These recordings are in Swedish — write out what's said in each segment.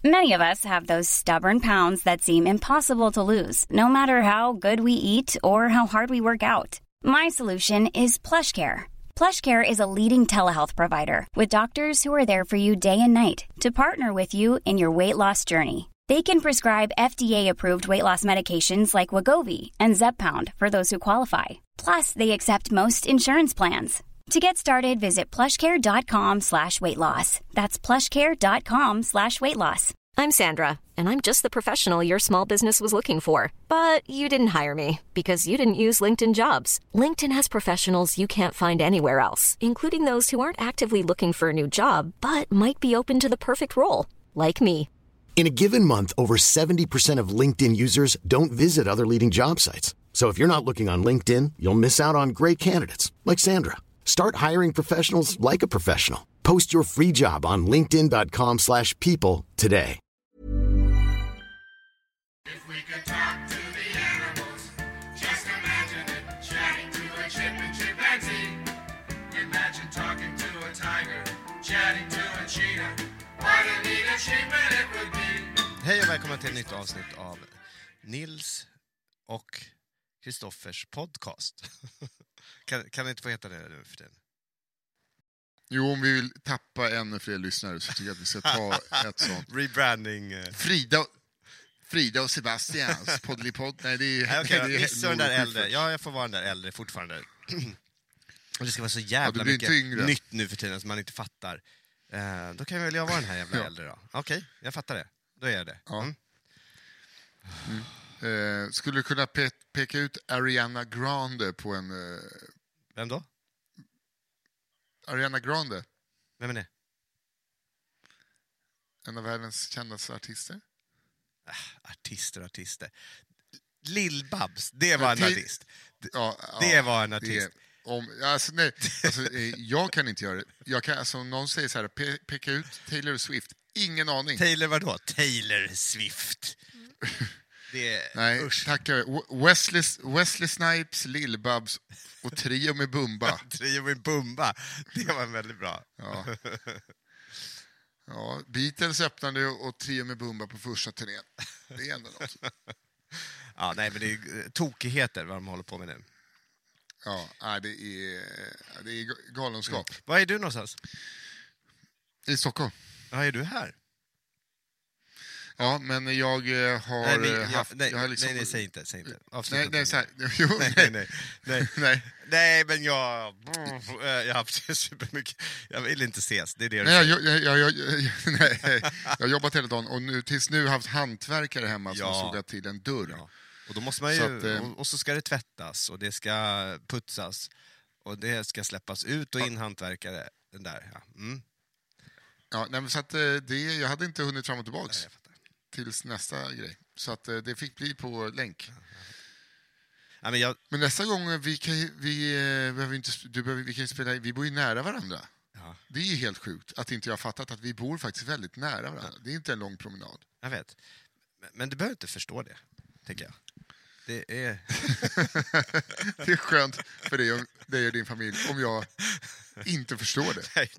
Many of us have those stubborn pounds that seem impossible to lose, no matter how good we eat or how hard we work out. My solution is PlushCare. PlushCare is a leading telehealth provider with doctors who are there for you day and night to partner with you in your weight loss journey. They can prescribe FDA-approved weight loss medications like Wegovy and Zepbound for those who qualify. Plus, they accept most insurance plans. To get started, visit plushcare.com/weightloss. That's plushcare.com/weightloss. I'm Sandra, and I'm just the professional your small business was looking for. But you didn't hire me because you didn't use LinkedIn Jobs. LinkedIn has professionals you can't find anywhere else, including those who aren't actively looking for a new job, but might be open to the perfect role, like me. In a given month, over 70% of LinkedIn users don't visit other leading job sites. So if you're not looking on LinkedIn, you'll miss out on great candidates like Sandra. Start hiring professionals like a professional. Post your free job on linkedin.com/people today. If we could talk to the animals, just imagine it, chatting to a chip and chimpanzee. Imagine talking to a tiger, chatting to a cheetah. What a neat achievement it would be. Hej och välkomna till ett nytt avsnitt av Nils och Kristoffers podcast. Kan det inte få heta det nu för tiden? Jo, om vi vill tappa ännu fler lyssnare så tycker jag att vi ska ta ett sånt. Rebranding. Frida och Sebastians poddlipodd. Nej, det är... Okej, vissa den där äldre. Ja, jag får vara den där äldre fortfarande. Och det ska vara så jävla mycket nytt nu för tiden som man inte fattar. Då kan väl jag vara den här jävla äldre då. Okej, jag fattar det. Då är jag det. Skulle du kunna peka ut Ariana Grande på en... Vem då? Ariana Grande. Vem är det? En av världens kändaste artister. Artister. Lill-Babs, det var en artist. Det var en artist. Jag kan inte göra det. Jag kan, alltså, om någon säger så här, peka ut Taylor Swift. Ingen aning. Taylor vadå? Taylor Swift. Nej, tackar. Wesley Snipes, Lill-Babs och Trio med Bumba. Trio med Bumba, det var väldigt bra. Ja, Beatles öppnade och Trio med Bumba på första turnén. Det är ändå något. Ja, nej, men det är tokigheter vad de håller på med nu. Ja, det är galenskap. Var är du någonstans? I Stockholm. Ja, är du här? Ja, men jag har haft... Nej, säg inte. Nej, så här, Nej, men jag har haft det supermycket. Jag vill inte ses, det är det du säger. Jag har jobbat hela dagen och tills nu haft hantverkare hemma som sågat till en dörr. Ja. Och då måste man ju, och så ska det tvättas och det ska putsas och det ska släppas ut och in hantverkare den där. Ja, nej, men så att jag hade inte hunnit fram och tillbaks tills nästa grej. Så att det fick bli på länk. Ja, men nästa gång vi kan ju spela, vi bor ju nära varandra. Ja. Det är ju helt sjukt att inte jag har fattat att vi bor faktiskt väldigt nära varandra. Det är inte en lång promenad. Jag vet. Men du behöver inte förstå det, tänker jag. Det är... Det är skönt för dig och din familj om jag inte förstår det. Nej,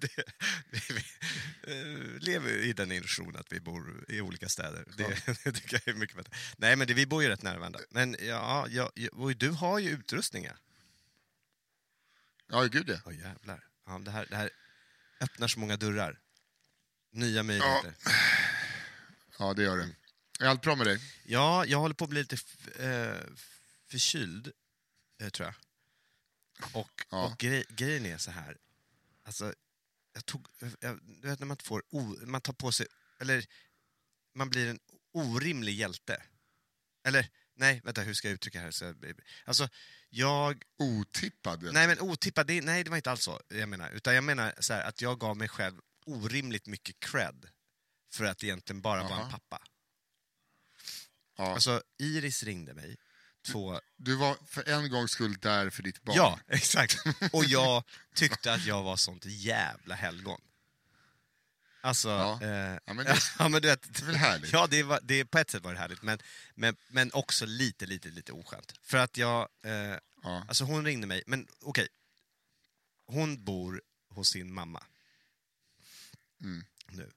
vi lever i den illusionen att vi bor i olika städer. Det tycker jag är mycket bättre. Nej, men vi bor ju rätt nära varandra. Men och du har ju utrustningar. Ja, gud det. Åh, jävlar. Ja, det här öppnar så många dörrar. Nya möjligheter. Ja, det gör det. Är allt bra med dig? Ja, jag håller på att bli lite förkyld, tror jag. Och grejen är så här. Alltså, du vet när man tar på sig, eller man blir en orimlig hjälte. Eller, nej, vänta, hur ska jag uttrycka det här? Alltså, Otippad? Nej, men otippad, det var inte alls så jag menar. Utan jag menar så här, att jag gav mig själv orimligt mycket cred för att egentligen bara vara en pappa. Ja. Alltså, Iris ringde mig. Du var för en gångs skull där för ditt barn. Ja, exakt. Och jag tyckte att jag var sånt jävla helgon. Alltså, men du vet, det är väl härligt. Ja, det på ett sätt var det härligt, men också lite oskönt. För att alltså hon ringde mig, men okej. Hon bor hos sin mamma. Nu.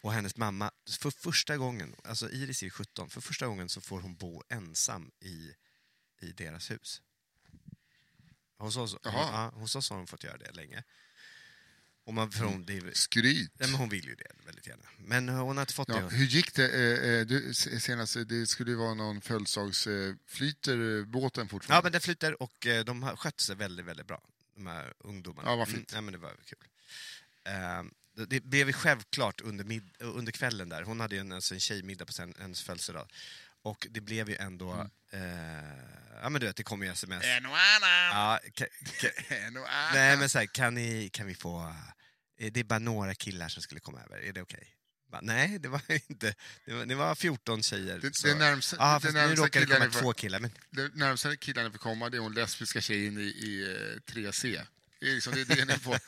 Och hennes mamma, för första gången, alltså Iris är 17, för första gången så får hon bo ensam i deras hus. Hos oss har hon fått göra det länge. Och Skryt. Nej, men hon vill ju det väldigt gärna. Men hon har inte fått det. Hur gick det? Senast, det skulle ju vara någon flyter båten fortfarande? Ja, men den flyter och de har skött sig väldigt, väldigt bra. De här ungdomarna. Ja, vad fint. Ja, men det var kul. Det blev ju självklart under kvällen där. Hon hade ju en tjejmiddag på hennes födelsedag. Och det blev ju ändå... ja, men du vet, det kommer ju sms. En och annan! Ja, nej, men så här, kan vi få... Det är bara några killar som skulle komma över. Är det okej? Nej, det var inte... Det var 14 tjejer. Det närmsta nu råkar det komma 2 killar. Men... Det närmsta killarna får komma, det är hon lesbiska tjejen i 3C. Det är liksom det ni får...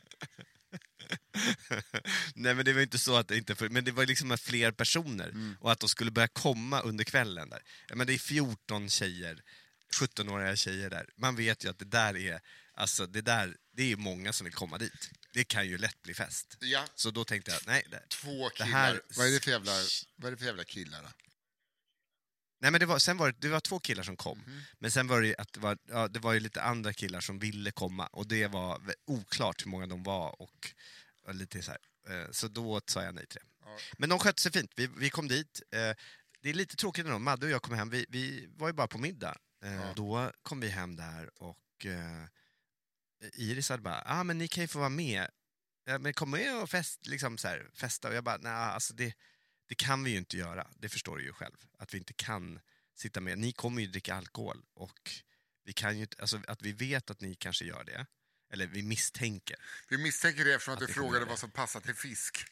Nej, men det var inte så att det inte... Men det var liksom fler personer. Och att de skulle börja komma under kvällen där. Ja, men det är 14 tjejer, 17-åriga tjejer där. Man vet ju att det där är... Alltså, det är många som vill komma dit. Det kan ju lätt bli fest. Ja. Så då tänkte jag, nej... 2 killar. Vad är det för jävla killar då? Nej, men det var 2 killar som kom. Men sen var det att det var ju lite andra killar som ville komma. Och det var oklart hur många de var. Och lite så här. Så då sa jag nej till det. Ja. Men de skötte sig fint. Vi kom dit. Det är lite tråkigt när Madde och jag kom hem. Vi var ju bara på middag. Då kom vi hem där och Iris hade bara, men ni kan ju få vara med. Men kom med och festa. Och jag bara, nej, alltså det kan vi ju inte göra. Det förstår du ju själv. Att vi inte kan sitta med. Ni kommer ju dricka alkohol. Och vi kan ju inte, alltså att vi vet att ni kanske gör det. Eller vi misstänker. Vi misstänker det eftersom att du frågade vad som passar till fisk.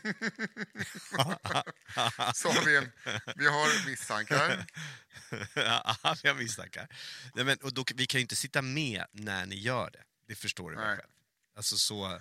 Så vi har misstankar. Ja, vi har misstankar. Nej, men, och då, vi kan ju inte sitta med när ni gör det. Det förstår du väl själv. Alltså så...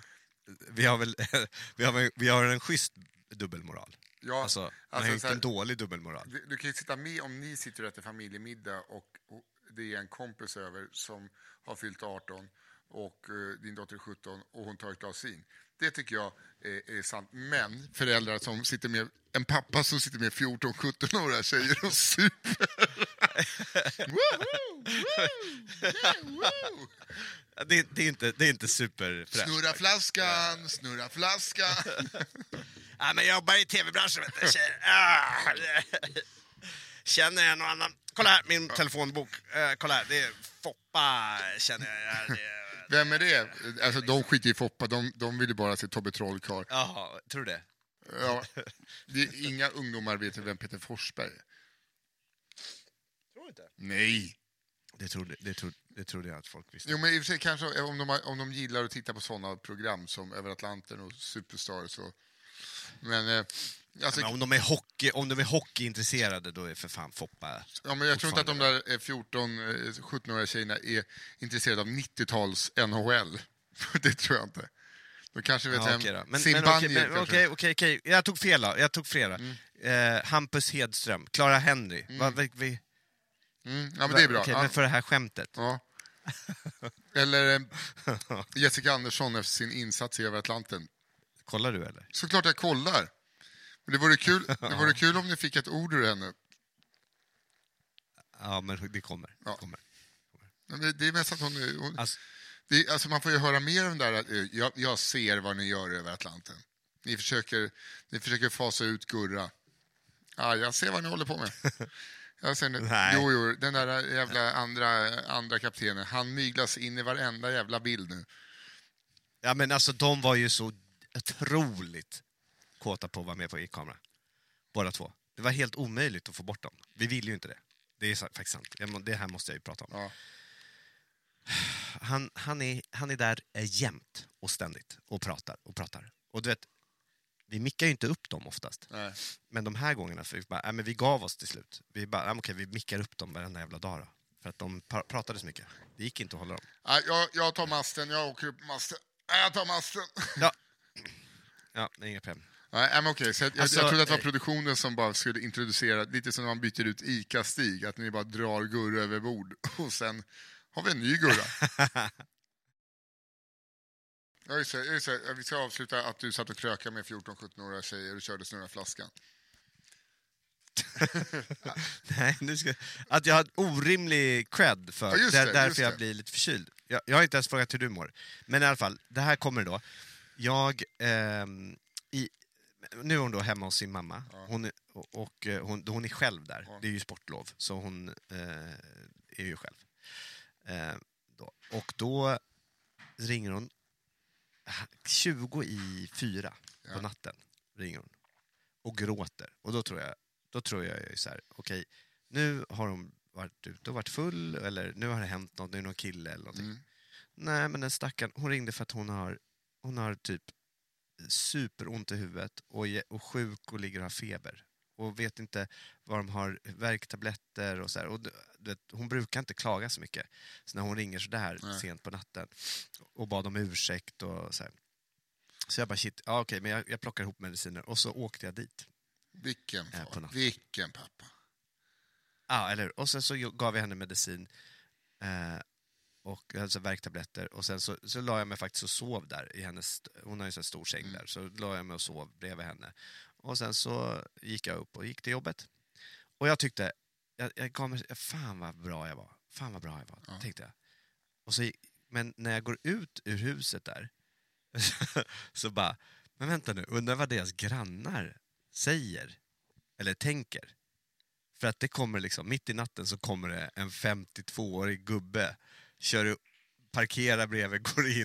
Vi har en schysst dubbelmoral. Ja, alltså inte en dålig dubbelmoral. Du kan ju sitta med om ni sitter och äter familjemiddag och det är en kompis över som har fyllt 18 och din dotter är 17 och hon tar ett glas vin. Det tycker jag är sant. Men föräldrar som sitter med, en pappa som sitter med 14-17-åriga tjejer och super. Det är inte superfräscht. Snurra flaskan. Ja, men jag jobbar i tv-branschen, vet du. Känner en och annan. Kolla här, min telefonbok. Kolla här, det är Foppa, känner jag. Vem är det? Alltså, de skiter i Foppa. De vill ju bara se Tobbe Trollkarl. Jaha, tror du det? Ja. Det är inga ungdomar vet vem Peter Forsberg är. Tror du inte? Nej. Det trodde jag att folk visste. Jo, men i och för sig kanske om de gillar att titta på sådana program som Över Atlanten och Superstar så. Men alltså, men om de är hockeyintresserade då är för fan Foppa. Ja, men jag tror inte att de där 14-17-åriga tjejerna är intresserade av 90-tals NHL. Det tror jag inte. De kanske vet Okej. Jag tog fel. Hampus Hedström, Clara Henry. Ja, men det är bra. Men för det här skämtet. Ja. Eller Jessica Andersson efter sin insats i Över Atlanten. Kollar du eller? Såklart jag kollar. Men det vore kul om ni fick ett ord ur henne. Ja, men det kommer. Ja. Men det är mest att hon alltså man får ju höra mer om det där. Jag ser vad ni gör över Atlanten. Ni försöker fasa ut Gurra. Ja, jag ser vad ni håller på med. Jag ser nu. Jo, den där jävla andra kaptenen. Han myglas in i varenda jävla bild nu. Ja, men alltså de var ju så otroligt kåta på att vara med på e-kamera. Båda två. Det var helt omöjligt att få bort dem. Vi vill ju inte det. Det är faktiskt sant. Det här måste jag ju prata om. Ja. Han är där jämt och ständigt och pratar. Och du vet, vi mickar ju inte upp dem oftast. Nej. Men de här gångerna, vi gav oss till slut. Vi mickar upp dem varenda jävla dag då. För att de pratade så mycket. Det gick inte att hålla dem. Jag tar masten, jag åker upp masten. Jag tar masten. Ja, det är inga problem. Nej, men okej. Så jag trodde att det var produktionen som bara skulle introducera, lite som när man byter ut Ica-Stig, att ni bara drar Gurra över bord och sen har vi en ny Gurra. Ja, just det. Vi ska avsluta att du satt och krökade med 14-17-åriga tjejer och körde snurra flaskan. Nej, att jag har orimlig cred för. Därför jag blir lite förkyld. Jag har inte ens frågat hur du mår. Men i alla fall, det här kommer då. Nu är hon då hemma hos sin mamma. Ja. Hon är själv där. Ja. Det är ju sportlov, så hon är ju själv. Och då ringer hon 20:04 på natten. Ringer hon och gråter. Och då tror jag är så här, okej, nu har hon varit ute och varit full, eller nu har det hänt något, nu är det någon kille eller någonting. Nej, men den stackaren, hon ringde för att hon har typ superont i huvudet och sjuk och ligger och har feber. Och vet inte vad de har, värktabletter och så här. Och hon brukar inte klaga så mycket. Så när hon ringer så där sent på natten och bad om ursäkt och så här. Så jag bara, okej, men jag plockar ihop mediciner och så åkte jag dit. Vilken pappa. Ja, eller och sen så gav jag henne medicin och alltså värktabletter, och sen så la jag mig faktiskt och sov där i hennes, hon har ju så stor säng där, så la jag mig och sov bredvid henne. Och sen så gick jag upp och gick till jobbet. Och jag tyckte jag gav mig, fan vad bra jag var, tänkte jag. Och så men när jag går ut ur huset där så bara, men vänta nu, undrar vad deras grannar säger eller tänker. För att det kommer liksom, mitt i natten så kommer det en 52-årig gubbe, parkerar bredvid,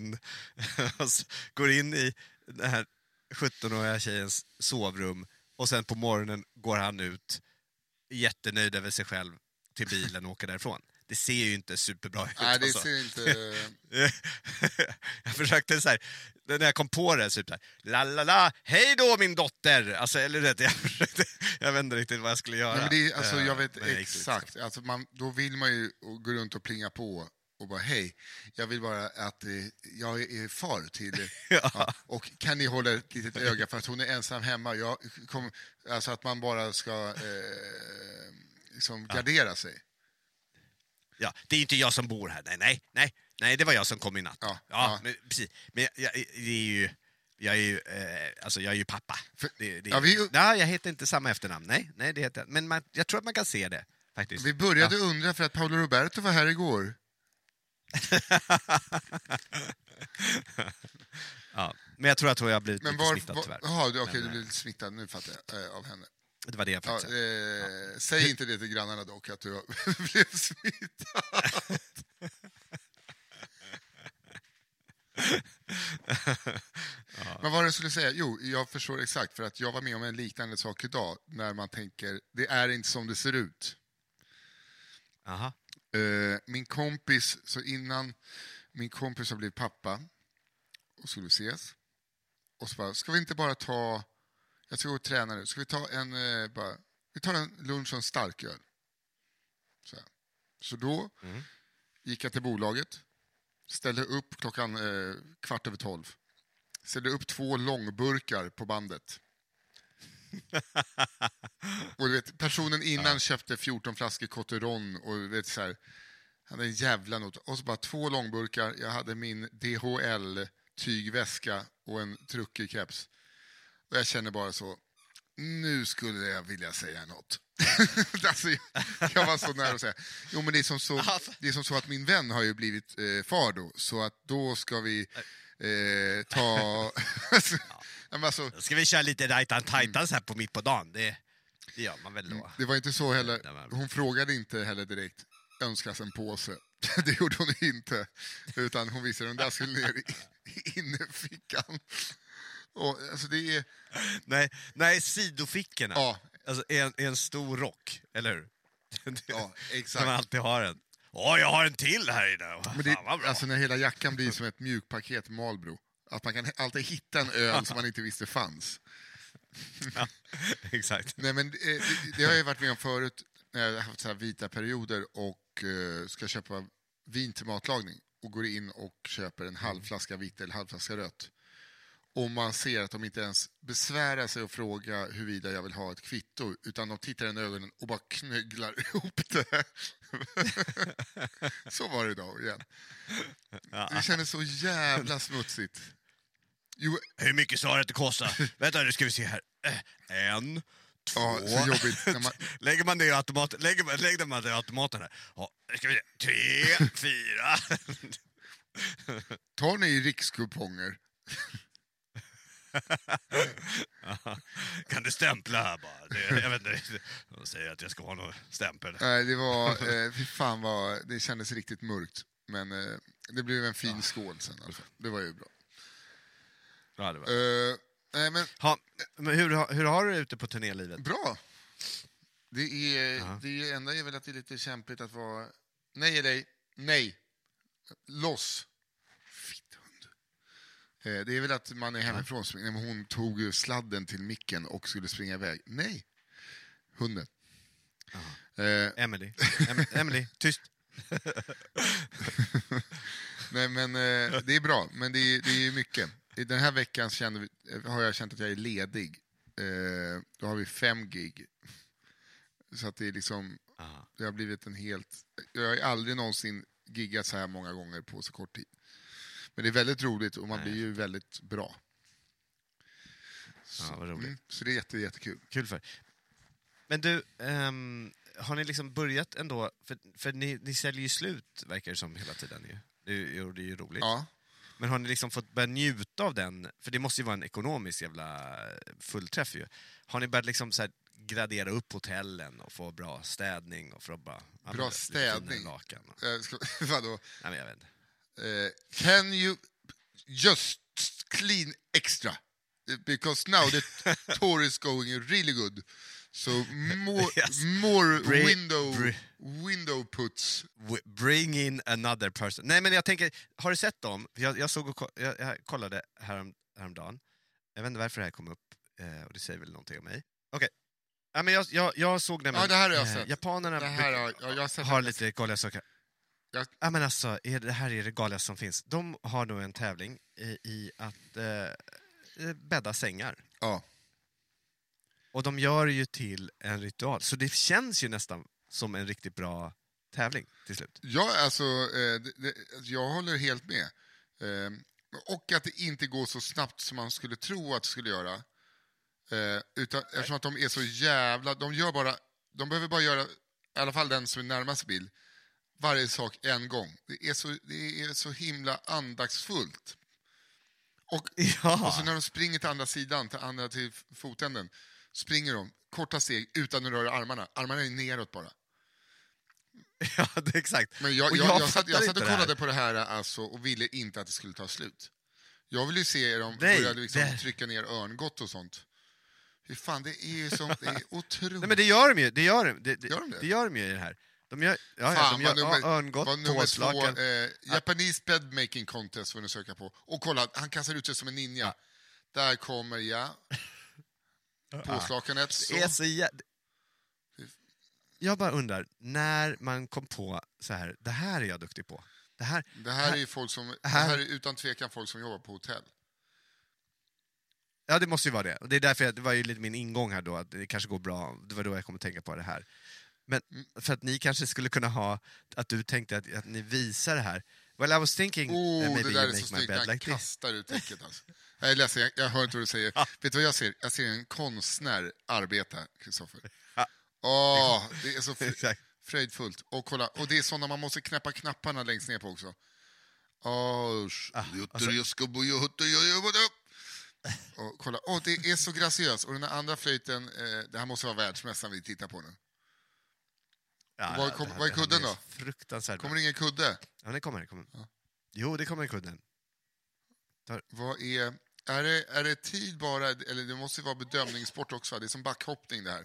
går in i den här 17-åriga tjejens sovrum, och sen på morgonen går han ut jättenöjd över sig själv till bilen och åker därifrån. Det ser ju inte superbra ut. Nej, det ser inte... Jag försökte så här, när jag kom på det, så typ la hej då min dotter. Alltså, eller vet jag vet inte riktigt vad jag skulle göra. Nej, men det, alltså, jag vet exakt. Alltså, då vill man ju gå runt och plinga på och bara, hej, jag vill bara att jag är far till... ja. Och kan ni hålla ett litet öga för att hon är ensam hemma? Alltså att man bara ska liksom gardera sig. Ja, det är inte jag som bor här. Nej, det var jag som kom i natt. Ja. Men precis. Men jag är ju pappa. Jag heter inte samma efternamn. Nej, det heter jag. Men jag tror att man kan se det faktiskt. Vi började undra för att Paolo Roberto var här igår. Ja, men jag tror att jag har blivit lite smittad tyvärr. Jaha, okej, du blev smittad nu fattar jag, av henne. Det var det jag faktiskt säg inte det till grannarna dock, att du blev smittad. Men vad jag skulle säga, jag förstår exakt, för att jag var med om en liknande sak idag, när man tänker, det är inte som det ser ut. Aha. Min kompis har blivit pappa och skulle ses, och så bara, ska vi inte bara ta, jag ska gå och träna nu, ska vi ta vi tar en lunch och en starköl. Så då gick jag till bolaget, ställde upp klockan 12:15. Ställde upp 2 långburkar på bandet. Och du vet, personen innan köpte 14 flaskor Cotteron och du vet så här, hade en jävla not. Och så bara 2 långburkar, jag hade min DHL tygväska och en truckig keps. Och jag känner bara så, nu skulle jag vilja säga något. Alltså, jag var så nära att säga. Jo, men det är som så att min vän har ju blivit far då. Så att då ska vi ta... alltså, ska vi köra lite Rajtan Titans här på mitt på dagen? Det gör man väl då. Det var inte så heller. Hon frågade inte heller direkt, önskas en påse. Det gjorde hon inte. Utan hon visade den där skulle ner i innerfickan. Och, alltså det är... Nej, sidofickorna. Ja. Alltså en stor rock, eller hur? Ja, exakt. Man alltid har en. Jag har en till här idag. Men det, alltså när hela jackan blir som ett mjukpaket Marlboro. Att man kan alltid hitta en öl som man inte visste fanns. Ja, exakt. Nej, men det har jag varit med om förut när jag har haft så här vita perioder och ska köpa vin till matlagning. Och går in och köper en halvflaska vitt eller halvflaska rött. Och man ser att de inte ens besvärar sig och fråga huruvida jag vill ha ett kvitto, utan de tittar i ögonen och bara knögglar ihop det. Så var det idag igen. Det kändes så jävla smutsigt. Hur mycket sa det att det kostar? Vänta, nu ska vi se här. 1, 2... Ja, så jobbigt. När man... Lägger man det i automaten, lägger man det i automaten här. Ja, nu ska vi se. 3, 4... Tar ni rikskuponger? Kan du stämpla här bara? Jag vet inte. De säger att jag ska ha någon stämpel. Nej, det var... fy fan vad... Det kändes riktigt mörkt. Men det blev en fin skål sen. Alltså. Det var ju bra. Ja, det var. Nej, men... Men hur har du det ute på turnélivet? Bra. Det enda är väl att det är lite kämpigt att vara... Nej eller nej. Loss. Fitthund. Det är väl att man är hemifrån. Hon tog ju sladden till micken och skulle springa iväg. Nej. Hunden. Emily, tyst. Nej, men det är bra. Men det är mycket. I den här veckan har jag känt att jag är ledig. Då har vi 5 gig. Så att det är liksom... Det har blivit en helt... Jag har aldrig någonsin giggat så här många gånger på så kort tid. Men det är väldigt roligt och man blir ju väldigt bra. Så, vad roligt. Så det är jättekul. Kul för. Men du, har ni liksom börjat ändå... För ni säljer ju slut, verkar det som, hela tiden ju. Det är ju roligt. Ja. Men har ni liksom fått börja njuta av den? För det måste ju vara en ekonomisk jävla fullträff ju. Har ni börjat liksom så här gradera upp hotellen och få bra städning och för att bara... Bra städning? Vadå? Nej, men jag vet inte. Can you just clean extra? Because now the tour is going really good. So more window puts. Bring in another person. Nej, men jag tänker, har du sett dem? Jag kollade häromdagen. Jag vet inte varför det här kom upp. Och det säger väl någonting om mig. Okej. Ja, men jag såg det med... Ja, det här har jag sett. Japanerna har lite galliga saker. Ja, men alltså, det här är det galligaste som finns. De har då en tävling i att bädda sängar. Ja. Och de gör ju till en ritual. Så det känns ju nästan som en riktigt bra tävling till slut. Ja, alltså, jag håller helt med. Och att det inte går så snabbt som man skulle tro att det skulle göra. Utan, eftersom att de är så jävla... De behöver bara göra, i alla fall den som är närmast bild, varje sak en gång. Det är så himla andaktsfullt. Och så när de springer till andra sidan, till fotänden, springer de korta steg utan att röra armarna. Armarna är neråt bara. Ja, det är exakt. Men jag satt och kollade på det här alltså, och ville inte att det skulle ta slut. Jag vill ju se dem börja liksom trycka ner örngott och sånt. Hur fan, det är ju sånt, det är otroligt. Nej, men det gör de ju. Det gör de ju i det här. De gör örngott, påslag. Japanese bedmaking contest får ni söka på. Och kolla, han kastar ut sig som en ninja. Ja. Där kommer påslakanet. Så. Jag bara undrar, när man kom på så här, det här är jag duktig på. Det här är ju folk som, det här är utan tvekan folk som jobbar på hotell. Ja, det måste ju vara det. Och det är därför det var ju lite min ingång här då, att det kanske går bra. Det var då jag kom att tänka på det här. Men för att ni kanske skulle kunna ha, att du tänkte att ni visar det här. Well, I was thinking maybe det där you är så make my bed like this. Kastar ut täcket alltså. Jag är ledsen, jag hör inte vad du säger. Vet du vad jag ser? Jag ser en konstnär arbeta, Kristoffer. Det är så fröjdfullt. Och kolla, och det är sådana man måste knäppa knapparna längst ner på också. Och kolla, det är så graciöst. Och den här andra flöjten, det här måste vara världsmästaren vi tittar på nu. Vad är kudden då? Fruktansvärt. Kommer det ingen kudde? Ja, det kommer. Ja. Jo, det kommer en kudden. Vad är det tid bara, eller det måste vara bedömningssport också, det är som backhoppning det här.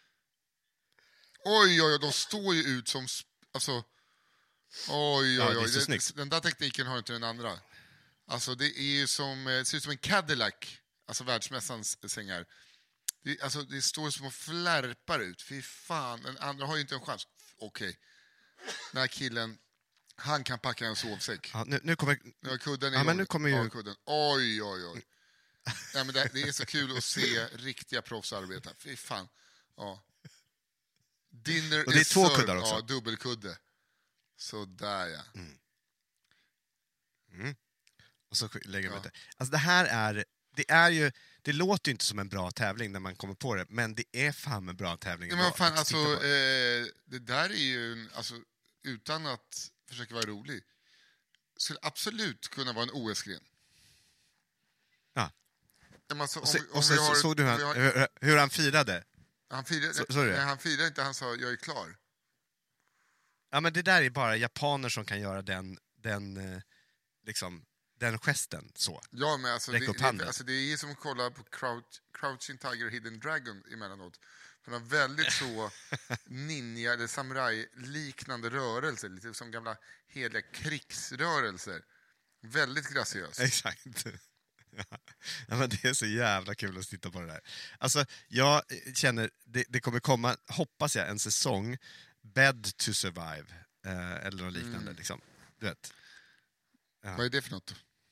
Oj, de står ju ut som, alltså, oj. Den där tekniken har inte den andra. Alltså det är ju som, det ser ut som en Cadillac, alltså världsmästarens sängar. Det står som och flärpar ut. Fy fan, den andra har ju inte en chans. Okej. Den här killen, han kan packa en sovsäck. Ja, nu kommer... Kudden ja, men nu kommer ju... kudden. Oj. Nej, men det är så kul att se riktiga proffs arbeta. Fy fan. Ja. Dinner och det är två served. kuddar också. Ja, dubbelkudde. Så där ja. Och så lägger man det. Alltså det låter ju inte som en bra tävling när man kommer på det, men det är fan en bra tävling. Men fan, alltså, det där är ju, alltså, utan att försöka vara rolig, skulle absolut kunna vara en OS-gren. Ja. Alltså, såg du hur han firade? Han firade inte, han sa jag är klar. Ja, men det där är bara japaner som kan göra den gesten så. Ja, men alltså, det är som att kolla på Crouching Tiger, Hidden Dragon emellanåt. Han har väldigt så ninja eller samurai-liknande rörelser, lite som gamla heliga krigsrörelser. Väldigt graciöst. Exakt. Ja, men det är så jävla kul att titta på det där. Alltså, jag känner, det kommer komma, hoppas jag, en säsong Bed to Survive, eller något liknande, liksom. Du vet. Ja. Vad är det för något?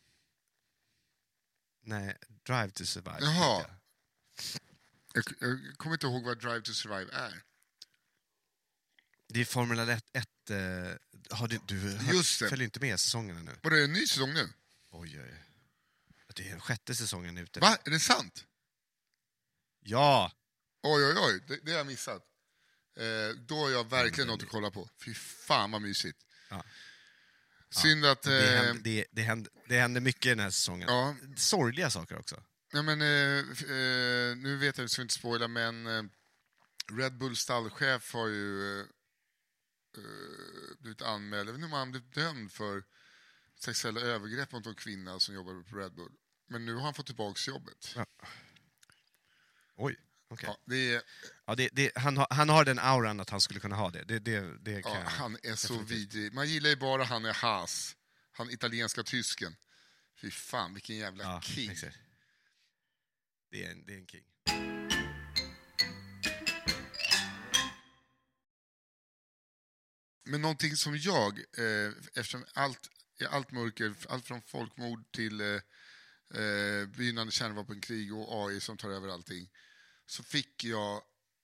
Nej, Drive to Survive. Jaha. Jag kommer inte ihåg vad Drive to Survive är. Det är Formel 1. Du följer inte med säsongerna nu. Var det en ny säsong nu? Oj. Det är den 6:e säsongen ute. Va? Är det sant? Ja! Oj. Det har jag missat. Då har jag verkligen något att kolla på. Fy fan vad mysigt. Ja. Synd att... Det händer mycket i den här säsongen. Ja. Sorgliga saker också. Ja, men, nu vet jag inte spoila, men Red Bull stallchef har ju blivit anmäld. Jag vet inte om han blivit dömd för sexuella övergrepp mot en kvinna som jobbar på Red Bull. Men nu har han fått tillbaka jobbet. Ja. Oj, okej. Han har den auran att han skulle kunna ha det. Det kan han är så vidrig. Man gillar ju bara han är Haas. Han italienska tysken. Fy fan, vilken jävla king. Exakt. Det är en king. Men någonting som eftersom allt mörker, allt från folkmord till begynnande kärnvapenkrig och AI som tar över allting, så fick jag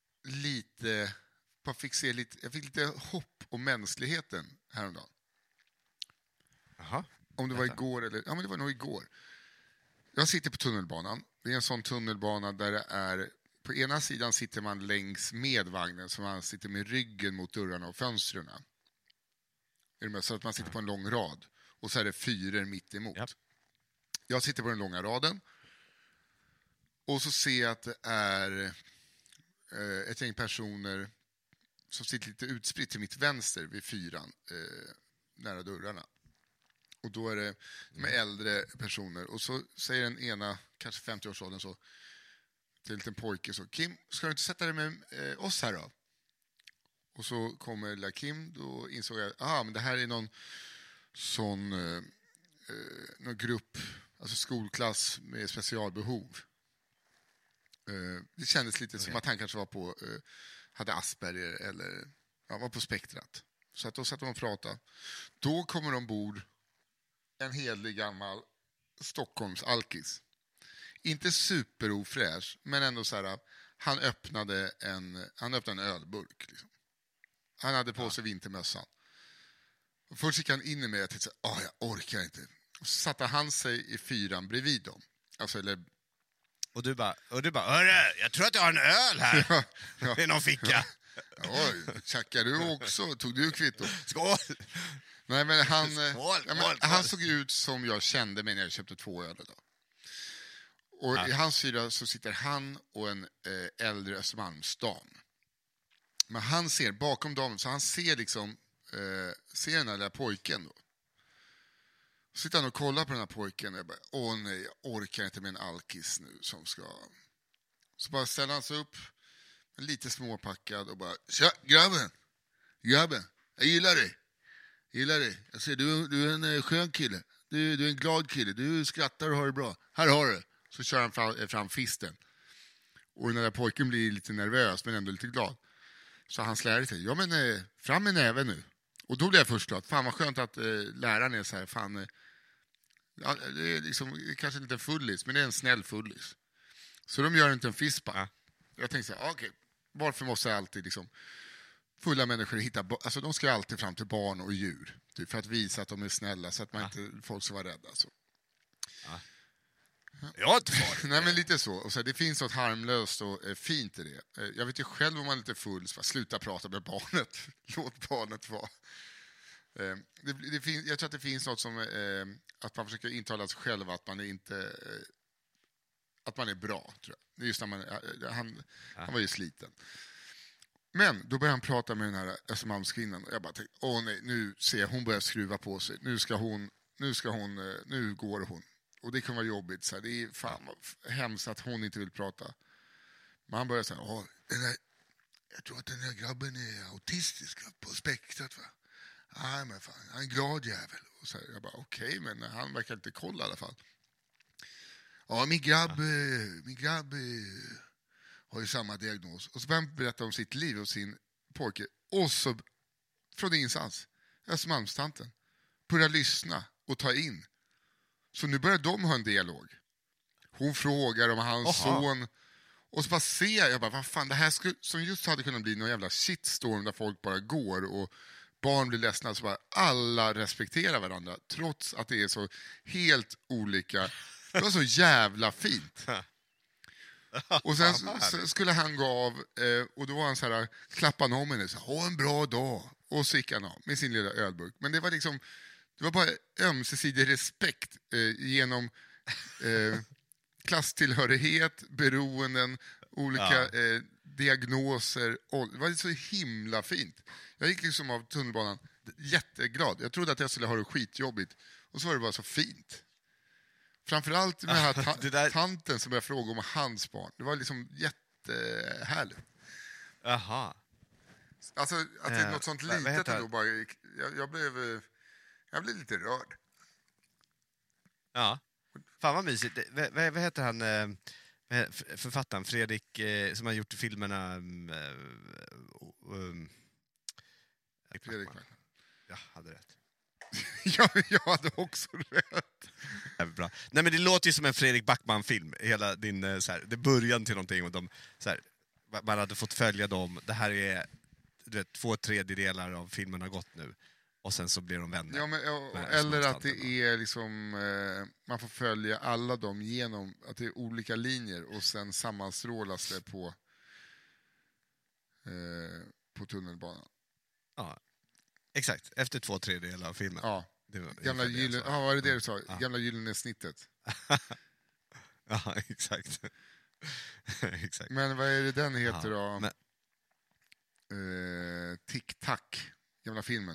fick lite hopp om mänskligheten häromdagen. Aha. Om det var igår eller... Ja, men det var nog igår. Jag sitter på tunnelbanan. Det är en sån tunnelbana där det är... På ena sidan sitter man längs med vagnen, så man sitter med ryggen mot dörrarna och fönstren. Så att man sitter på en lång rad. Och så är det fyror mitt emot. Yep. Jag sitter på den långa raden. Och så ser jag att det är ett gäng personer som sitter lite utspritt till mitt vänster vid fyran, nära dörrarna. Och då är det med äldre personer. Och så säger den ena, kanske 50-årsåldern, så till en liten pojke så: Kim, ska du inte sätta dig med oss här då? Och så kommer lilla Kim, då insåg jag men det här är någon sån någon grupp, alltså skolklass med specialbehov. Det kändes lite som att han kanske var på hade Asperger eller var på spektrat. Så att då satt de och pratade. Då kommer de ombord en helig gammal Stockholms alkis. Inte superofräsch, men ändå så här, han öppnade en ölburk liksom. Han hade på sig vintermössan. Och först gick han in i mig och tänkte jag orkar inte. Och så satte han sig i fyran bredvid dem. Alltså, eller... Och du bara, hörru, jag tror att jag har en öl här. Ja. I någon ficka. Oj, tjackar du också? Tog du kvitto? Skål! Nej, men Skål. Han såg ut som jag kände mig när jag köpte 2 öl då. Och i hans fyra så sitter han och en äldre Östermalmsdam. Men han ser bakom damen, så han ser liksom ser den här lilla pojken då. Så sitter han och kollar på den här pojken och jag bara, nej, jag orkar inte med en alkis nu som ska... Så bara ställer han sig upp, lite småpackad och bara, tja, grabben, jag gillar dig. Jag ser, du är en skön kille, du är en glad kille, du skrattar och har det bra. Här har du. Så kör han fram fisten. Och den där pojken blir lite nervös men ändå lite glad. Så han slär till. Ja, men fram med näven nu. Och då blev jag först glad. Fan vad skönt att läraren är så här. Fan, det är liksom kanske inte en fullis, men det är en snäll fullis. Så de gör inte en fistbump. Ja. Jag tänkte så här, okej. Varför måste jag alltid liksom fulla människor hitta... Alltså de ska alltid fram till barn och djur. Typ, för att visa att de är snälla så att man inte, folk ska vara rädda. Så. Jag har inte far. Nej, men lite så. Och så här, det finns något harmlöst och fint i det. Jag vet ju själv om man är lite full, så bara, sluta prata med barnet. Låt barnet vara. Jag tror att det finns något som att man försöker intala sig själv att man är inte att man är bra, tror jag. Just när han var ju sliten. Men då började han prata med den här Östermalmskvinnan och jag bara tänkte, nej, nu ser jag, hon börjar skruva på sig. Nu går hon. Och det kan vara jobbigt, så här. Det är fan hemskt att hon inte vill prata. Men han börjar säga, jag tror att den här grabben är autistisk på spektrat, va? Nej, men fan, han är en glad jävel. Och så här, jag bara, okej, men han verkar inte kolla i alla fall. Ja, min grabb har ju samma diagnos. Och så börjar han berätta om sitt liv och sin pojke. Och så, från ingenstans, Östermalmstanten börjar lyssna och ta in. Så nu börjar de ha en dialog. Hon frågar om hans son. Och så bara ser jag bara, vad fan, det här som just hade kunnat bli någon jävla shitstorm där folk bara går och barn blir ledsna, så bara alla respekterar varandra trots att det är så helt olika. Det var så jävla fint. Och sen skulle han gå av och då var han så här, klappade om henne, så ha en bra dag, och så gick han av med sin lilla ölburk. Men det var liksom, det var bara ömsesidig respekt genom klasstillhörighet, beroenden, olika diagnoser. Det var så himla fint. Jag gick liksom av tunnelbanan jätteglad. Jag trodde att jag skulle ha det skitjobbigt. Och så var det bara så fint. Framförallt med den här tanten som jag frågade om hans barn. Det var liksom jättehärligt. Aha. Alltså att det är något sånt litet ändå bara. Jag blev lite rörd. Ja. Fan vad mysigt. Vad heter han, författaren Fredrik, som har gjort filmerna... Fredrik. Jag hade rätt. Jag hade också rätt. Bra. Nej, men det låter ju som en Fredrik Backman-film. Hela din, så här, det början till någonting. Och så här, man hade fått följa dem. Det här är 2/3 av filmen har gått nu. Och sen så blir de vänner. Ja, men, eller att det är liksom, man får följa alla dem genom, att det är olika linjer och sen sammanstrålas det på tunnelbanan. Ja, exakt. Efter 2/3 av filmen. Ja, gamla gyllene, var det du sa? Ja. Gamla gyllene snittet. Ja, exakt. Exakt. Men vad är det den heter då? Men... Tic-tac, gamla filmen.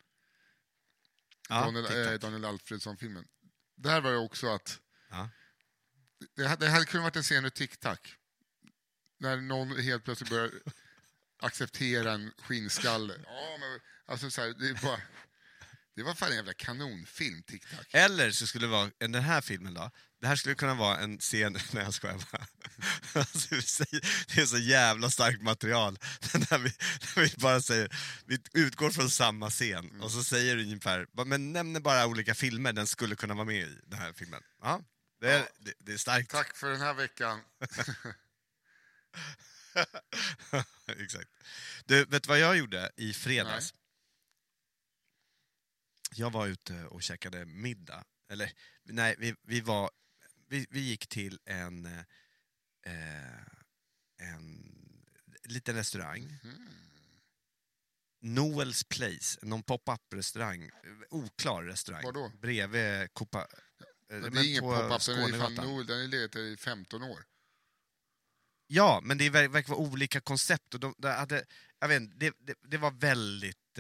Daniel Alfredsson-filmen. Där var det också att det hade kunnat varit en scen ur Tic-tac. När någon helt plötsligt börjar acceptera en skinnskalle. Ja, men alltså så här, det var fan en jävla kanonfilm, Tic-tac. Eller så skulle det vara den här filmen då. Det här skulle kunna vara en scen när jag skojar bara. Alltså, det är så jävla starkt material. När vi bara säger, vi utgår från samma scen och så säger du ungefär, men nämner bara olika filmer den skulle kunna vara med i den här filmen. Ja, det är starkt. Tack för den här veckan. Exakt. Du, vet du vad jag gjorde i fredags? Nej. Jag var ute och käkade middag. Eller, nej, vi gick till en liten restaurang. Noel's Place, någon pop-up-restaurang. Oklar restaurang. Vadå? Bredvid Copa... Det är ingen pop-up, den är fan Noel, den är legat i 15 år. Ja, men det verkar vara olika koncept. Och jag vet inte, det var väldigt...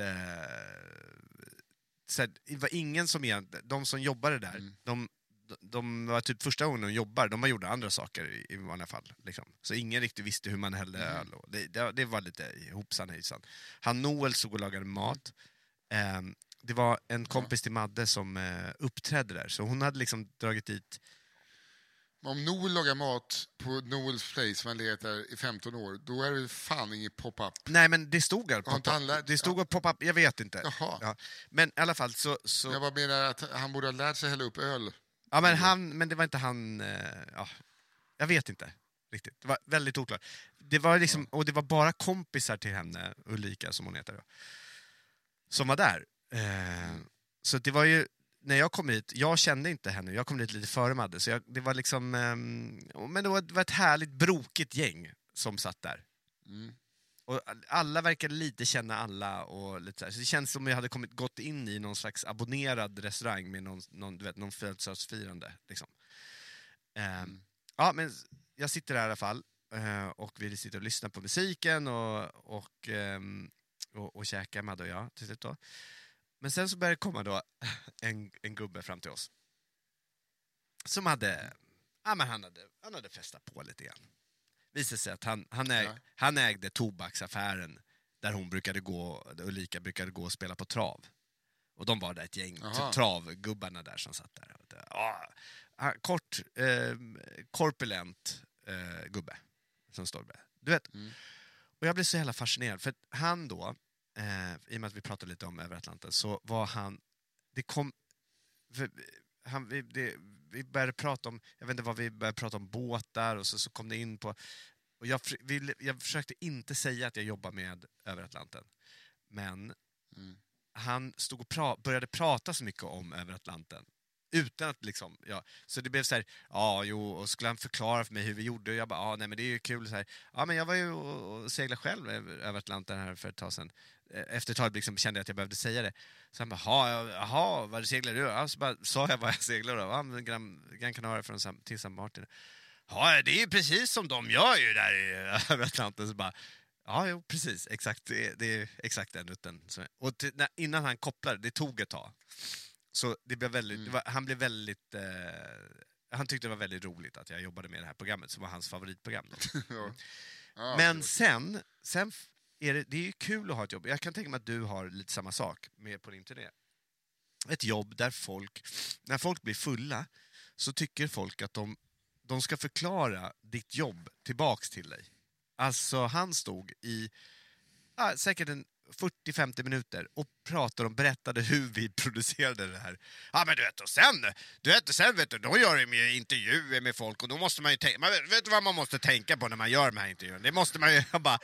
Så det var ingen som de som jobbade där, de var typ första gången de jobbar, de har gjort andra saker i vanliga fall liksom. Så ingen riktigt visste hur man hällde öl och det var lite hoppsan hejsan. Han Noel stod och lagade mat. Det var en kompis till Madde som uppträdde där, så hon hade liksom dragit dit. Om Noel lagar mat på Noel's Place, man letar i 15 år, då är det fan ingen pop-up. Nej, men det stod här pop-up. Det stod pop-up, jag vet inte. Jaha. Ja. Men i alla fall så... Jag bara menar att han borde ha lärt sig hälla upp öl. Ja, men det var inte han... jag vet inte riktigt. Det var väldigt oklart. Det var liksom, och det var bara kompisar till henne, Ulrika som hon heter då, som var där. Så det var ju... när jag kom hit, jag kände inte henne, jag kom hit lite före Madde, så det var liksom, men det var ett härligt brokigt gäng som satt där. Och alla verkade lite känna alla och lite så här. Så det känns som jag hade gått in i någon slags abonnerad restaurang med någon födelsedagsfirande liksom. Ja, men jag sitter där i alla fall och vi sitter och lyssnar på musiken och käkar, Madde och jag till slut då. Men sen så började det komma då en gubbe fram till oss som hade festat på lite grann. Visade sig att han ägde tobaksaffären där hon brukade gå, Ulrika brukade gå och spela på trav. Och de var där ett gäng travgubbarna där som satt där. Kort, korpulent gubbe som står där. Du vet. Och jag blev så jävla fascinerad för att han då, i och med att vi pratade lite om över Atlanten, så var han, vi började prata om, jag vet inte vad vi började prata om, båtar, och så kom det in på, och jag försökte inte säga att jag jobbar med över Atlanten, men han stod och började prata så mycket om över Atlanten utan att liksom, så det blev så här, och skulle han förklara för mig hur vi gjorde, och jag bara, nej men det är ju kul så här, men jag var ju och seglade själv över Atlanten här för ett tag sedan. Efter ett tag liksom kände jag att jag behövde säga det. Så han bara, vad seglar du? Ja, så bara sa jag vad jag seglar då. Gran Canaria från till San Martin. Ja, det är ju precis som de gör ju där i över Atlanten. Så bara, jo, precis, exakt. Det är exakt den rutten. Och innan han kopplade, det tog ett tag. Så det blev väldigt, han tyckte det var väldigt roligt att jag jobbade med det här programmet, som var hans favoritprogram då. Men sen det är ju kul att ha ett jobb. Jag kan tänka mig att du har lite samma sak med på din turné. Ett jobb där när folk blir fulla, så tycker folk att de ska förklara ditt jobb tillbaks till dig. Alltså han stod i säkert 40-50 minuter och berättade hur vi producerade det här. Ja, men du vet, och sen vet du, då gör de ju intervjuer med folk, och då måste man ju tänka, vet du vad man måste tänka på när man gör de här intervjuerna? Det måste man ju bara,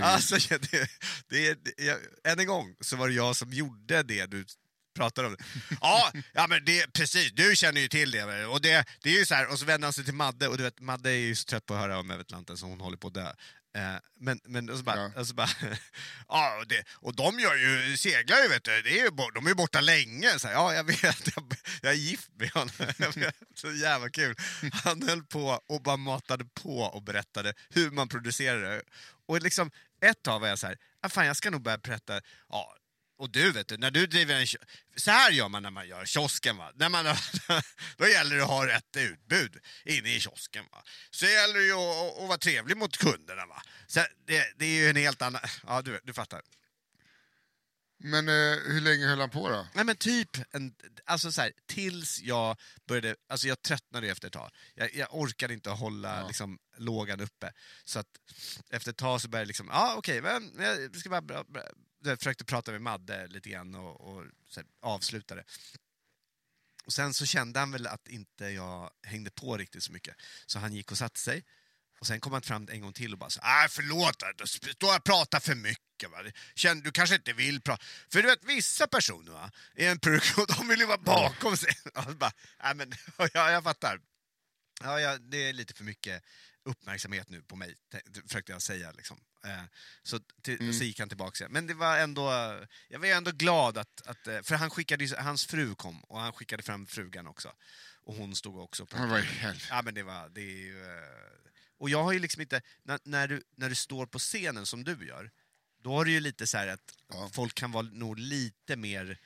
än en gång så var det jag som gjorde det du pratar om. Ja, men det precis, du känner ju till det, och det är ju så här, och så vänder han sig till Madde, och du vet, Madde är ju så trött på att höra om över Atlanten, så hon håller på att dö. Men och så bara och de gör ju, seglar ju, vet du, de är ju borta länge, så här, jag vet, jag är gift med honom. Så jävla kul. Han höll på och bara matade på och berättade hur man producerar det. Och liksom ett tag var jag så här, fan, jag ska nog börja berätta. Och du vet, när du driver så här gör man när man gör kiosken, va? Då gäller det att ha rätt utbud inne i kiosken, va? Så gäller det ju att vara trevlig mot kunderna, va? Så det är ju en helt annan, du fattar. Men hur länge höll han på då? Nej, men typ alltså så här, tills jag började, alltså jag tröttnade efter ett tag. Jag orkade inte hålla liksom lågan uppe. Så att efter ett tag så började jag liksom, okej, men jag ska bara jag försökte prata med Madde lite grann och så här, avslutade. Och sen så kände han väl att inte jag hängde på riktigt så mycket. Så han gick och satte sig. Och sen kom han fram en gång till och bara så, förlåt, då står jag och pratar för mycket, va? Du kanske inte vill prata. För du vet, vissa personer, va, i en produktion, de vill ju vara bakom sig. Och bara, jag fattar. Det är lite för mycket uppmärksamhet nu på mig, försökte jag säga liksom. Så gick han tillbaka. Men det var ändå, jag var ändå glad att för han skickade, hans fru kom och han skickade fram frugan också. Och hon stod också på. Vad i helvete. Ja, men det är ju, och jag har ju liksom inte, när du står på scenen som du gör, då har du ju lite så här att folk kan vara nog lite mer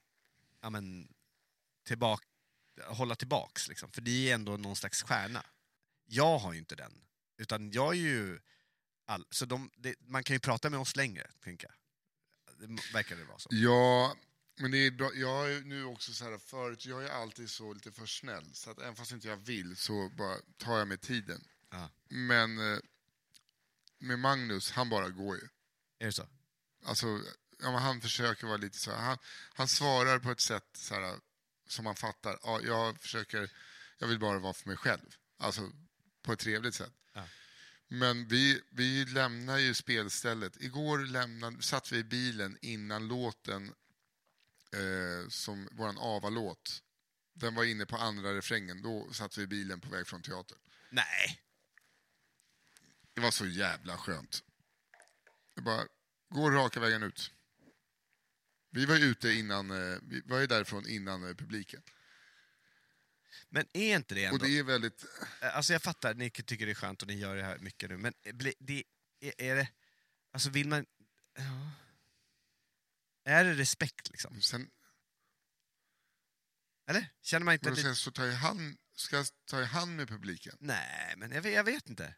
hålla tillbaks liksom, för det är ändå någon slags stjärna. Jag har ju inte den, utan jag är ju så man kan ju prata med oss längre, tänker jag. Det verkar det vara så. Ja, men det är bra. Jag är nu också så här, förut jag är alltid så lite för snäll, så att även fast inte jag vill så bara tar jag med tiden. Men med Magnus, han bara går ju. Är det så? Alltså, han försöker vara lite så här, han svarar på ett sätt så här, som man fattar. Jag vill bara vara för mig själv. Alltså på ett trevligt sätt. Men vi lämnar ju spelstället. Igår satt vi i bilen innan låten, som våran AVA-låt Den var inne på andra refrängen. Då satt vi i bilen på väg från teatern. Nej. Det var så jävla skönt. Det bara går raka vägen ut. Vi var ju ute innan, vi var ju därifrån innan publiken. Men är inte det ändå... Och det är väldigt... Alltså jag fattar, ni tycker det är skönt och ni gör det här mycket nu. Men det är det... Alltså vill man... Ja. Är det respekt liksom? Sen... Eller? Känner man inte... Men sen så ska jag ta i hand med publiken? Nej, men jag vet inte.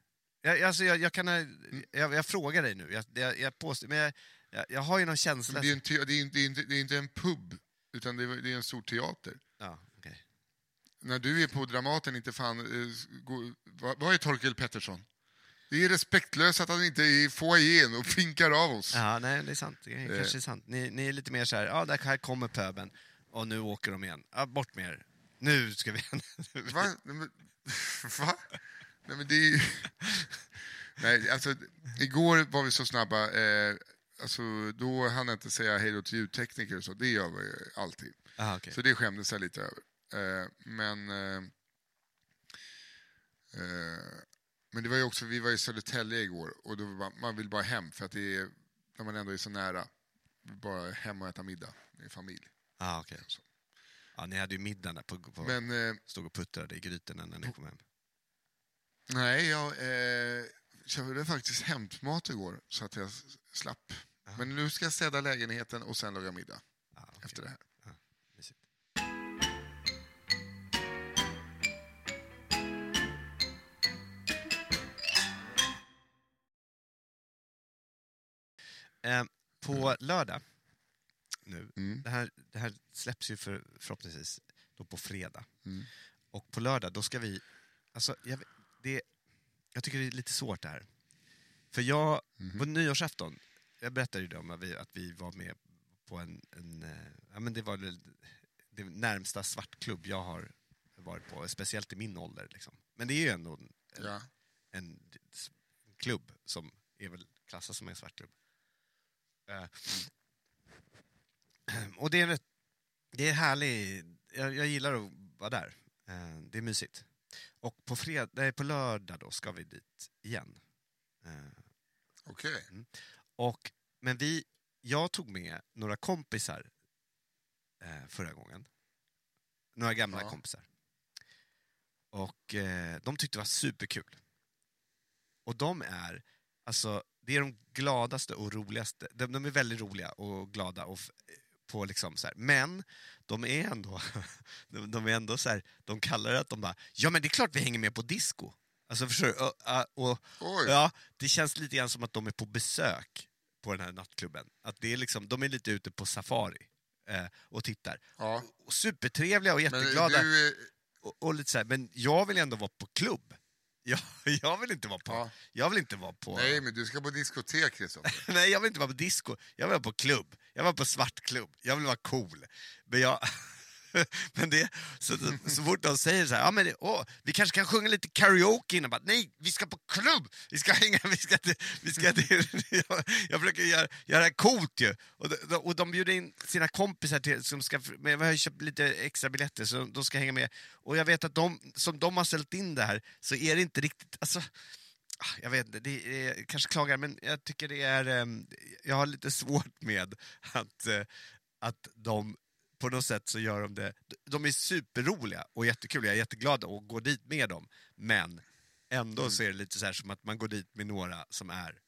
Jag frågar dig nu. Jag påstår, men jag har ju någon känsla... Men det är inte en pub, utan det är en stor teater. Ja, okej. Okay. När du är på Dramaten, inte fan... Vad är Torkel Pettersson? Det är respektlöst att han inte är i foajén och finkar av oss. Ja, nej, det är sant. Det kanske är sant. Ni är lite mer så här, ja, där här kommer pöben. Och nu åker de igen. Ja, bort med er. Nu ska vi... Va? Va? Nej, men det är ju... Nej, alltså, igår var vi så snabba. Alltså, då hann jag inte säga hej då till ljudtekniker och så. Det gör vi alltid. Aha, okay. Så det skämdes jag lite över. Men det var ju också, vi var i Södertälje igår. Och då man vill bara hem, för att det är, när man ändå är så nära. Bara hem och äta middag med familj. Ah, okej. Okay. Ja, ni hade ju middagen där på men, stod och puttrade i grytorna när ni kom hem. Nej, jag körde faktiskt hämtmat igår så att jag slapp. Aha. Men nu ska jag städa lägenheten och sen laga middag efter det här. På lördag nu, det här släpps ju förhoppningsvis då på fredag. Och på lördag, då ska vi... Alltså, jag tycker det är lite svårt det här. För på nyårsafton, jag berättade ju om att vi var med på ja, men det var det närmsta svartklubb jag har varit på, speciellt i min ålder. Liksom. Men det är ju ändå en klubb som är väl klassad som en svartklubb. Och det är härligt. Jag gillar att vara där. Det är mysigt. Och på lördag då ska vi dit igen. Okej. Men jag tog med några kompisar förra gången. Några gamla kompisar. Och de tyckte det var superkul. Och de är, alltså, det är de gladaste och roligaste. De är väldigt roliga och glada och på liksom så här. Men de är ändå så här, de kallar det att de bara, ja men det är klart vi hänger med på disco. Alltså förstår du? Ja, det känns lite grann som att de är på besök på den här nattklubben. Att det är liksom, de är lite ute på safari och tittar. Ja. Och supertrevliga och jätteglada. Och lite så här, men jag vill ändå vara på klubb. Jag vill inte vara på... Ja. Jag vill inte vara på... Nej, men du ska på diskotek, Kristoffer. Nej, jag vill inte vara på disco. Jag vill vara på klubb. Jag vill vara på svartklubb. Jag vill vara cool. Men men det... Så fort de säger så här, ja men vi kanske kan sjunga lite karaoke innan. Bara, nej, vi ska på klubb. Vi ska hänga... Jag försöker göra det coolt ju. Och de bjuder in sina kompisar till, som ska... Men vi har ju köpt lite extra biljetter så de ska hänga med. Och jag vet att de har ställt in det här, så är det inte riktigt... Alltså, jag vet inte, det är, kanske klagar, men jag tycker det är... Jag har lite svårt med att de... På något sätt så gör de det... De är superroliga och jättekul. Jag är jätteglad att gå dit med dem. Men ändå så är det lite så här som att man går dit med några som är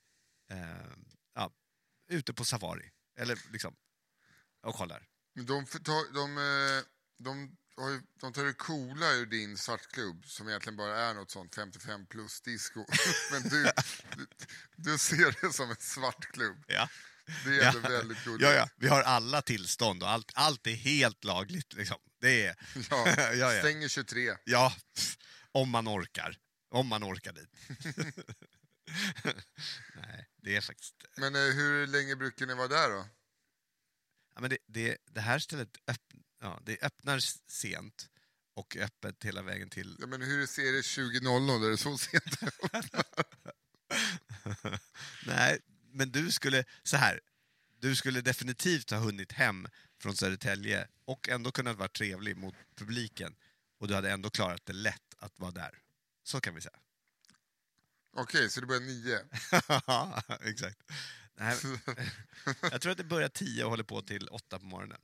ute på safari. Eller liksom... Och kollar. De tar det coola ur din svartklubb, som egentligen bara är något sånt 55 plus disco. Men du ser det som en svartklubb. Ja. Det är ändå väldigt gulligt. Ja, vi har alla tillstånd och allt är helt lagligt liksom. Det är... Ja, stänger 23. Ja, om man orkar. Om man orkar dit. Nej, det är faktiskt... Men hur länge brukar ni vara där då? Ja, men det här stället det öppnar sent och öppet hela vägen till... Ja, men hur ser det 20.00? Är det så sent det öppnar? Nej, men du skulle... Så här. du skulle definitivt ha hunnit hem från Södertälje och ändå kunnat vara trevlig mot publiken. Och du hade ändå klarat det lätt att vara där. Så kan vi säga. Okej, så det börjar 9. Ja, exakt. Nej, jag tror att det börjar 10 och håller på till 8 på morgonen.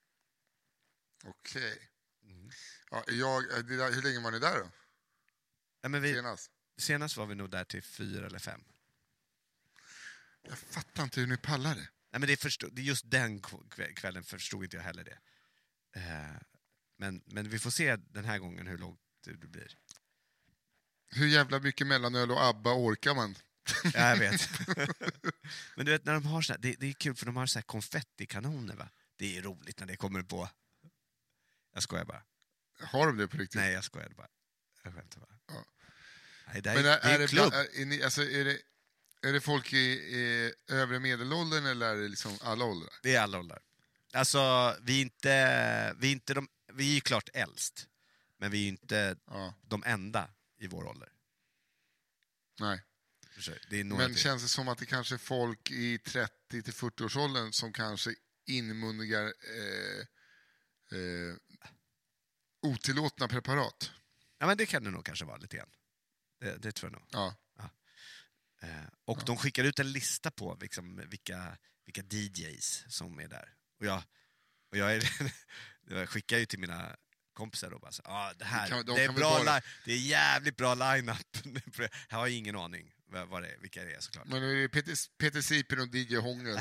Okej. Ja, hur länge var ni där då? Ja, men Senast var vi nog där till 4 eller 5. Jag fattar inte hur ni pallar det. Nej, men det är just den kvällen förstod inte jag heller det. Men vi får se den här gången hur långt det blir. Hur jävla mycket mellanöl och ABBA orkar man? Ja, jag vet. Men du vet, när de har så här, det är kul för de har så här konfettikanoner, va? Det är roligt när det kommer på. Jag skojar bara. Har de det på riktigt? Nej, jag skojar bara. Jag skämtar bara. Ja. Nej, det är en klubb. Är det folk i övre medelåldern eller är det liksom alla åldrar? Det är alla åldrar. Alltså, vi är ju klart äldst. Men vi är ju inte de enda i vår ålder. Nej. Men känns det som att det kanske är folk i 30-40-årsåldern som kanske inmundigar otillåtna preparat? Ja, men det kan det nog kanske vara lite grann. Det tror jag nog. Ja. Och de skickar ut en lista på liksom, vilka DJs som är där. Och jag skickar ju till mina kompisar då bara så, det är jävligt bra line-up. Jag har ingen aning vilka det är såklart. Men är det Peter Sipen och DJ Hångel?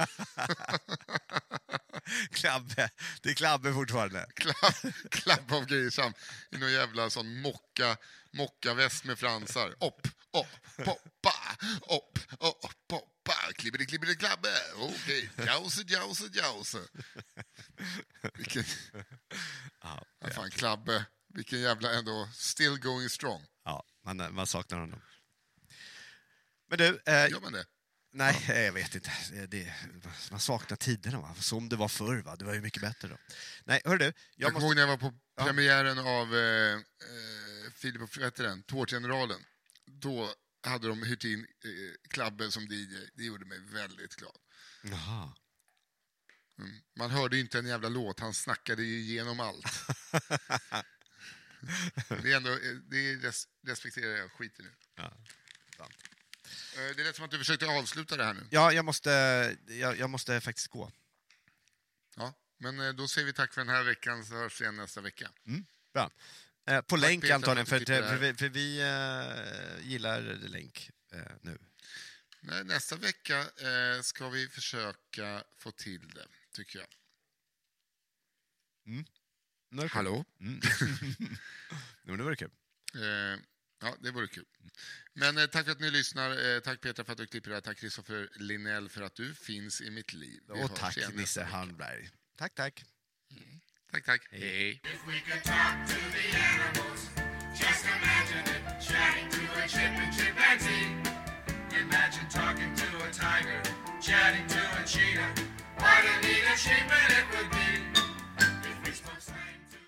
Klabbe. Det är Klabbe fortfarande. Klabbe av Grisam i någon jävla sån mocka-väst med fransar. Poppa, poppa, klibbidi, klabbe. Okej, jause. Vilken... fan, Klabbe. Vilken jävla ändå still going strong. Ja, man saknar honom. Men du... Gör man det? Nej, jag vet inte. Man saknar tiderna, va? Som det var förr, va? Det var ju mycket bättre då. Nej, hör du. Jag kommer ihåg när jag var på premiären av Filip och Tårtgeneralen. Då hade de hyrt in Klabbe som DJ. Det gjorde mig väldigt glad. Jaha. Man hörde ju inte en jävla låt. Han snackade ju igenom allt. Det respekterar jag skiten nu. Ja, sant. Det lät som att du försökte avsluta det här nu. Ja, jag måste faktiskt gå. Ja, men då säger vi tack för den här veckan, så hörs vi igen nästa vecka. Bra. På länk Peter, antagligen, för vi gillar länk nu. Nej, nästa vecka ska vi försöka få till det, tycker jag. Hallå? Men det var kul. Ja, det vore kul. Men tack för att ni lyssnar. Tack Petra för att du klipper det här. Tack Kristoffer Linell för att du finns i mitt liv. Och tack Nisse Hallberg. Tack. Tack. Hej. If we could talk to the animals, just imagine it, chatting to a chip and chimpanzee. Imagine talking to a tiger, chatting to a cheetah. What a neat achievement it would be if we spoke slang to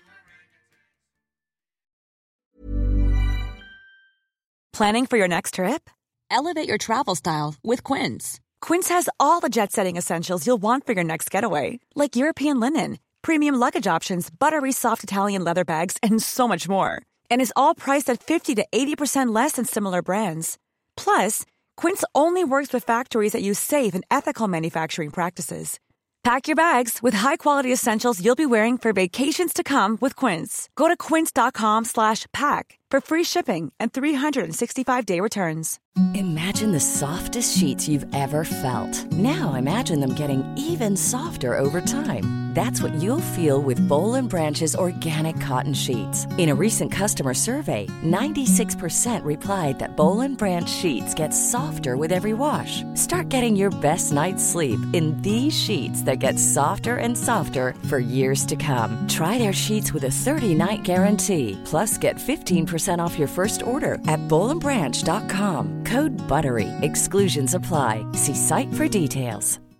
orangutans. Planning for your next trip? Elevate your travel style with Quince. Quince has all the jet-setting essentials you'll want for your next getaway, like European linen, premium luggage options, buttery soft Italian leather bags, and so much more. And is all priced at 50 to 80% less than similar brands. Plus, Quince only works with factories that use safe and ethical manufacturing practices. Pack your bags with high-quality essentials you'll be wearing for vacations to come with Quince. Go to quince.com/pack for free shipping and 365-day returns. Imagine the softest sheets you've ever felt. Now imagine them getting even softer over time. That's what you'll feel with Boll & Branch's organic cotton sheets. In a recent customer survey, 96% replied that Boll & Branch sheets get softer with every wash. Start getting your best night's sleep in these sheets that get softer and softer for years to come. Try their sheets with a 30-night guarantee. Plus, get 15% off your first order at bollandbranch.com. Code BUTTERY. Exclusions apply. See site for details.